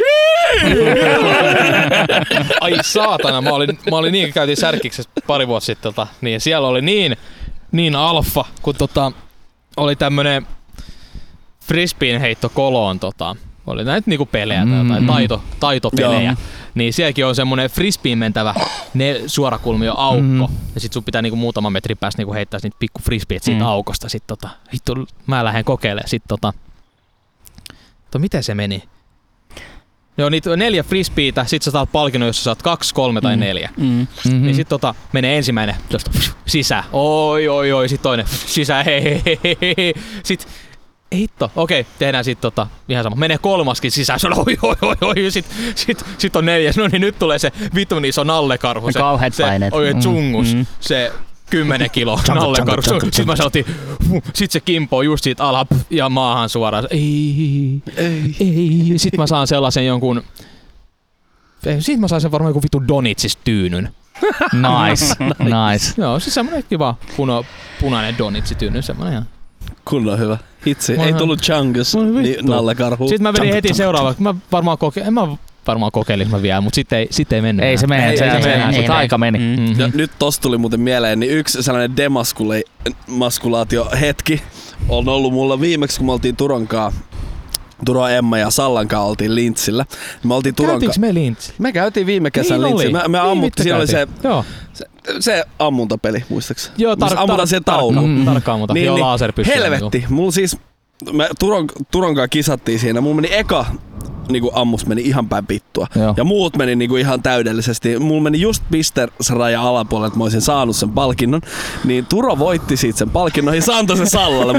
Ai saatana, mä olin niin, käytiin Särkiksessä pari vuotta sitten, niin siellä oli niin alfa, kun oli tämmönen frisbeen heitto koloon, oli näitä niinku pelejä tai taitopelejä. Niin sielläkin on semmonen frisbeen mentävä suorakulmio aukko. Ja sit sun pitää niinku muutaman metrin päästä niinku heittää niitä pikku frisbeet siitä aukosta. Sit hitto, mä lähden kokeilemaan. Sit miten se meni? Joo, niitä 4 frisbeetä, sit sä saat palkinnon, jos sä saat 2, 3 tai 4. Niin sit menee ensimmäinen tosta sisään. Oi, sit toinen sisään, hei. Sit hitto, okei, tehdään sit ihan sama. Menee kolmaskin sisään, se on oi, sit on 4. No niin nyt tulee se vitun iso nallekarhu. Se kauheat paineet. Oi, tsungus, se 10 kilo nallekarhu. Sit mä sanoin, sit se kimpoo just siitä alha ja maahan suoraan. Ei. Sit mä saan sellaisen jonkun... Sit mä saan sen varmaan joku vitu Donitsis tyynyn. Nice. Joo, siis semmonen kiva punainen Donitsi tyyny, semmonen ihan... Kunnon hyvä. Hitsi, ei tullut Chungus, niin nallekarhu. Sitten mä menin heti seuraavaksi. Mä varmaan kokeilin mä vielä, mutta sit ei mennyt. Ei se mene, se aika meni. Ja nyt tosta tuli muuten mieleen, niin yksi sellainen demaskulaatiohetki on ollut mulla viimeksi, kun me oltiin Turon Emma ja Sallankaan oltiin Lintsillä. Käytiinkö me Lintsillä? Me käytiin viime kesän Lintsillä. Me ammuttiin, siinä oli se ammuntapeli, muistaakseni? Joo, ammutaan siihen tauluun. Tarkkaan ammuta. Joo, laserpyssyllä. Helvetti. Mulla siis, me Turonkaan kisattiin siinä. Mulla meni eka niinku ammus meni ihan päin pittua. Joo. Ja muut meni niinku ihan täydellisesti. Mulla meni just pistersraja alapuolelle, että mä olisin saanut sen palkinnon. Niin Turo voitti siitä sen palkinnon ja antoi sen Sallalle.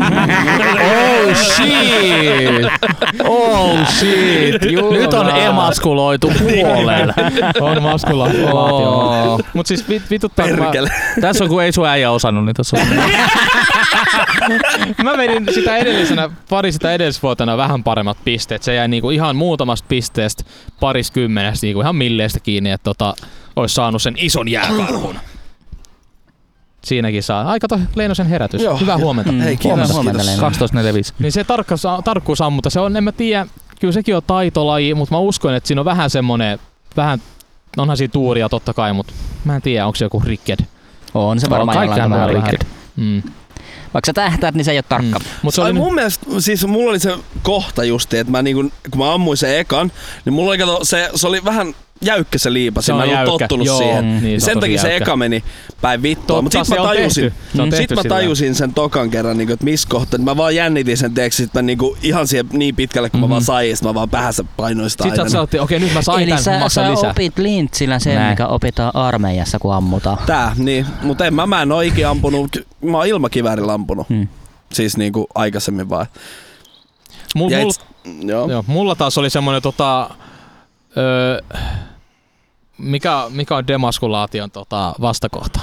Oh shit. Nyt on emaskuloitu puolella. On maskulaatio. Mut siis vituttaa. Tässä on kun ei sun äijä osannut, niin tässä on. Mä vedin sitä edellisvuotena vähän paremmat pisteet. Se jäi niinku ihan muutamasta pisteestä pariskymmenestä niinku ihan milleistä kiinni, että olisi saanut sen ison jääkarhun. Siinäkin saa. Aika Leinosen herätys. Joo. Hyvää huomenta. Hei, kiitos. 12.45. Niin se tarkkuusammunta, se on, en mä tiedä, kyllä sekin on taitolaji, mutta mä uskon, että siinä on vähän semmonen, onhan siinä tuuria totta kai, mutta mä en tiedä, onko se joku rikked. On se varmaan kaikkiaan jollain vähän rikked. Vaikka sä tähtäät, niin se ei ole tarkka. Mut se oli mun mielestä, siis mulla oli se kohta justi, että mä niinku, kun mä ammuin sen ekan, niin mulla oli se oli vähän jäykkä se liipas, ja mä en ollut tottunut siihen. Niin, sen takia se eka meni päin vittua, mutta sit mä tajusin sen tokan kerran, niinku, että missä kohtaa, mä vaan jännitin sen teeksi, että mä niinku, ihan siihen niin pitkälle, kun mä vaan sain, ja sit mä vaan päässä painoin sitä aina. Sitten sä oot, okei, nyt mä sain eli tän, maksan lisää. Sä opit lintsillä sen, mikä opitaan armeijassa, kun ammutaan. Tää, niin, mutta mä en oo ikinä ampunut, mä oon ilmakiväärillä ampunut. Siis niinku aikaisemmin vaan. Mulla taas oli semmonen mikä on demaskulaation vastakohta?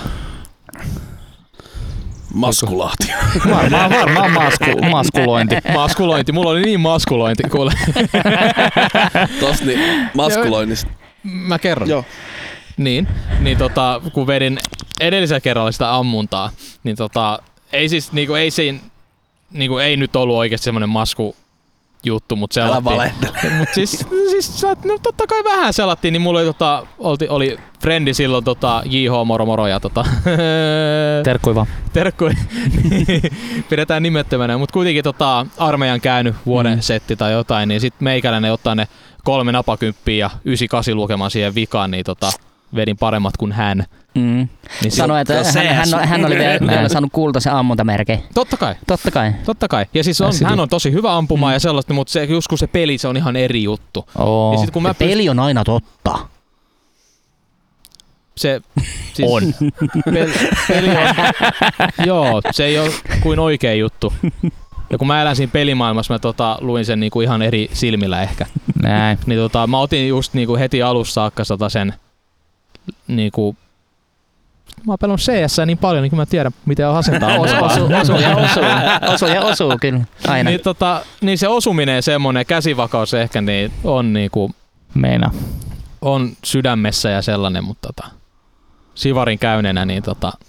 Maskulaatio. Varmaan maskulointi. Maskulointi. Mulla oli niin maskulointi, kuule. Tossa niin, maskuloinnista. Mä kerron. Joo. Niin kun vedin edellisellä kerralla sitä ammuntaa, niin ei siis niinku ei siinä niinku ei nyt ollut oikeesti semmonen masku juttu, mut selattiin. Mut siis no totta kai vähän selattiin, niin mulla oli frendi silloin JH moro ja Terkkui vaan. Terkkui. Pidetään nimettömänä, mut kuitenkin armeijan käynyt vuoden setti tai jotain, niin sit meikäläinen ottaa ne 3 napakymppiä ja 98 lukemaan siihen vikaan, niin vedin paremmat kuin hän. Niin sanoi, että hän oli vielä saanut kultaisen ammuntamerkin. Totta kai. Ja siis hän on tosi hyvä ampumaan ja sellaista, mutta se, just kun se peli, se on ihan eri juttu. Ja sit, kun peli on aina totta. Se siis on. Peli on. Joo, se ei ole kuin oikea juttu. Ja kun mä elän siinä pelimaailmassa, mä luin sen niinku ihan eri silmillä ehkä. Näin. Niin mä otin just niinku heti alussa saakka sen niinku mä oon pelannut CS niin paljon, niin kuin mä tiedän, miten asentaa. Osuu kyllä, aina. Niin se osuminen, semmonen käsivakaus ehkä, niin on niinku meina. On sydämessä ja sellainen, mutta sivarin käyneenä, niin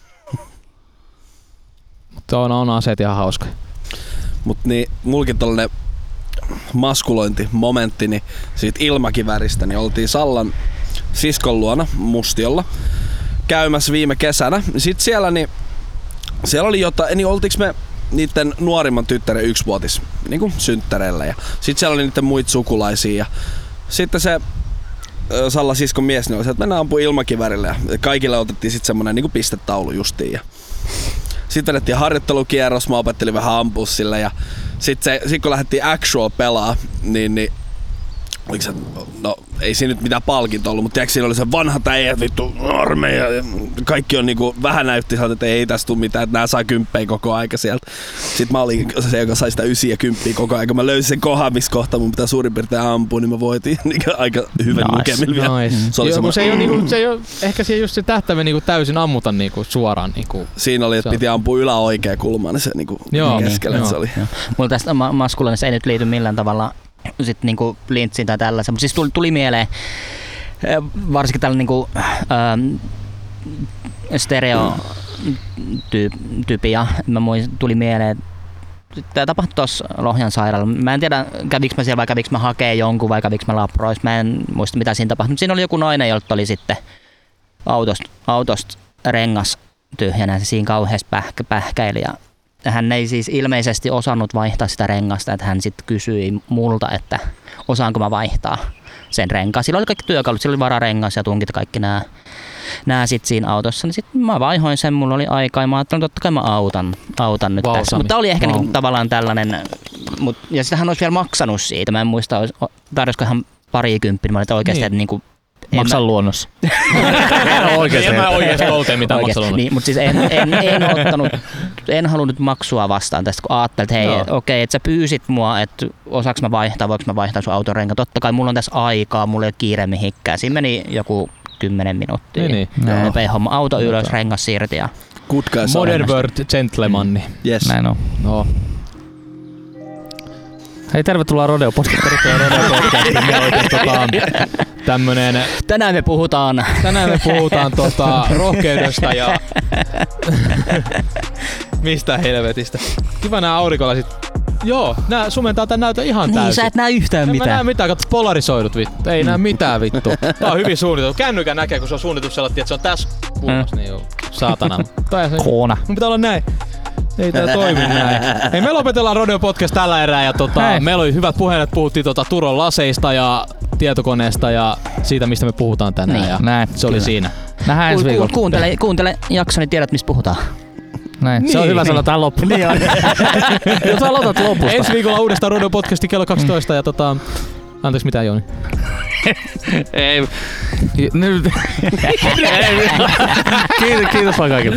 mutta on aseet ihan hauskoja. Mut niin, mulkin tollanen maskulointimomentti, niin siitä ilmakiväristä, niin oltiin Sallan siskon luona Mustiolla käymässä viime kesänä. Sitten siellä oli jotain, niin oltiinko me niiden nuorimman tyttären 1-vuotis niinku synttäreillä ja sitten siellä oli niiden muita sukulaisia ja sitten se Sallan siskon mies niin oli se, että mennään ampua ilmakivärillä ja kaikille otettiin sitten semmonen niinku pistetaulu justiin ja sitten vedettiin harjoittelukierros, mä opettelin vähän ampua sille ja sitten kun lähdettiin actual pelaa, niin oliko se, no ei siinä nyt mitään palkinto ollut, mutta tiedätkö, siinä oli se vanha täijä, vittu armeija, kaikki on niinku, vähän näytti sieltä, että ei tästä tule mitään, että nää saa 10 koko aika sieltä. Sitten mä olin se, joka sai sitä 9 ja 10 koko aika. Mä löysin sen kohan, missä kohtaa mun pitää suurin piirtein ampua, niin mä voitin aika hyvän lukemilla vielä. Se oli se ei ole, ehkä se just se tähtäimen niinku täysin ammuta niinku suoraan. Niinku. Siinä oli, että piti ampua yläoikea kulmaan, niin se niinku keskellä se oli. Mulla tästä maskuliinista ei nyt liity millään tavalla sitten niinku lintsiin tai tällaisen, mutta siis tuli mieleen varsinkin tällainen niinku stereotypia. Tuli mieleen, tämä tapahtui tuossa Lohjan sairaalalla. Mä en tiedä, kävikö mä siellä vai kävikö mä hakee jonkun vai kävikö mä laprois. Mä en muista mitä siinä tapahtui. Siinä oli joku nainen, jolta oli sitten autosta rengas tyhjänä. Se siinä kauheasti pähkäili. Ja hän ei siis ilmeisesti osannut vaihtaa sitä rengasta, että hän sitten kysyi multa, että osaanko mä vaihtaa sen renkaan. Sillä oli kaikki työkalut, sillä oli vararengas ja tunkit kaikki nämä sitten siinä autossa. Niin sitten mä vaihoin sen, mulla oli aikaa ja mä ajattelin, että totta kai mä autan nyt tässä. Mutta oli ehkä niinku tavallaan tällainen, ja sitä hän olisi vielä maksanut siitä. Mä en muista, tarjosko hän 20, mä olin oikeasti, että niinku maksan luonnossa. En mä oikeesti olteen mitään maksan luonnossa. Niin, mutta siis en halunnut maksua vastaan tästä, kun ajattelin, että hei, okei, että sä pyysit mua, että osaaks mä vaihtaa, voiko mä vaihtaa sun autorenkaan. Totta kai mulla on tässä aikaa, mulla ei ole kiire mihinkään. Siinä meni joku 10 minuuttia. Niin. Nopea homma, auto ylös, rengas siirti. Ja Modern World Gentleman. Yes. Näin on. No. Hei, tervetuloa Rodeo Podcastiin. Tämmönen... Tänään me puhutaan rohkeudesta ja... Mistä helvetistä? Kiva nää aurinkolasit. Joo, nää sumentaa tän näytön ihan täysin. Niin, sä et näe yhtään mitään. Mä näe mitään, katso polarisoidut vittu. Ei näe mitään vittu. Tää on hyvin suunniteltu. Kännykän näkee, kun se on suunniteltu sellainen, että se on tässä kulmassa. Niin joo, saatana. Koona. Mun pitää olla näin. Ei tää toimi näin. Hei, me lopetellaan Rodeo Podcast tällä erää ja meillä oli hyvät puheet, puhuttiin Turon laseista ja tietokoneesta ja siitä, mistä me puhutaan tänään. Niin. Ja näin. se oli siinä. Nähdään ensi viikolla. Kuuntele jakso, niin tiedät, mistä puhutaan. Näin. Se on hyvä sanoa tähän loppuun. Niin on. Jos aloitat lopusta. Ensi viikolla uudestaan Rodeo Podcasti kello 12 ja anteeksi, mitä Jouni? Ei. Nyt. Kiitos vaan kaikille.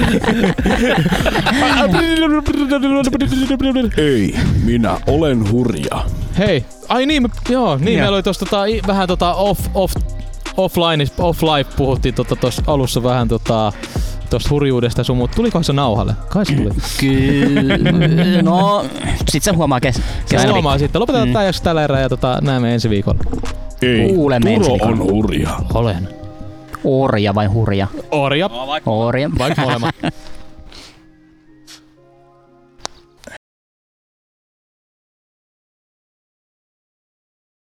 Ei, minä olen hurja. Hei, ai niin, meillä oli tossa vähän offline puhuttiin tossa alussa vähän tosta hurjuudesta ja sun, mutta tulikohan se nauhalle? Kai se tuli. Kyllä. No, sit se huomaa huomaa sitten. Lopetetaan tää jakso tällä erää ja näemme ensi viikolla. Ei, Kuulemme ensi Turo viikolla. on hurja. Olen. Orja vai hurja? Orja. Orja. Vaikka molemmat.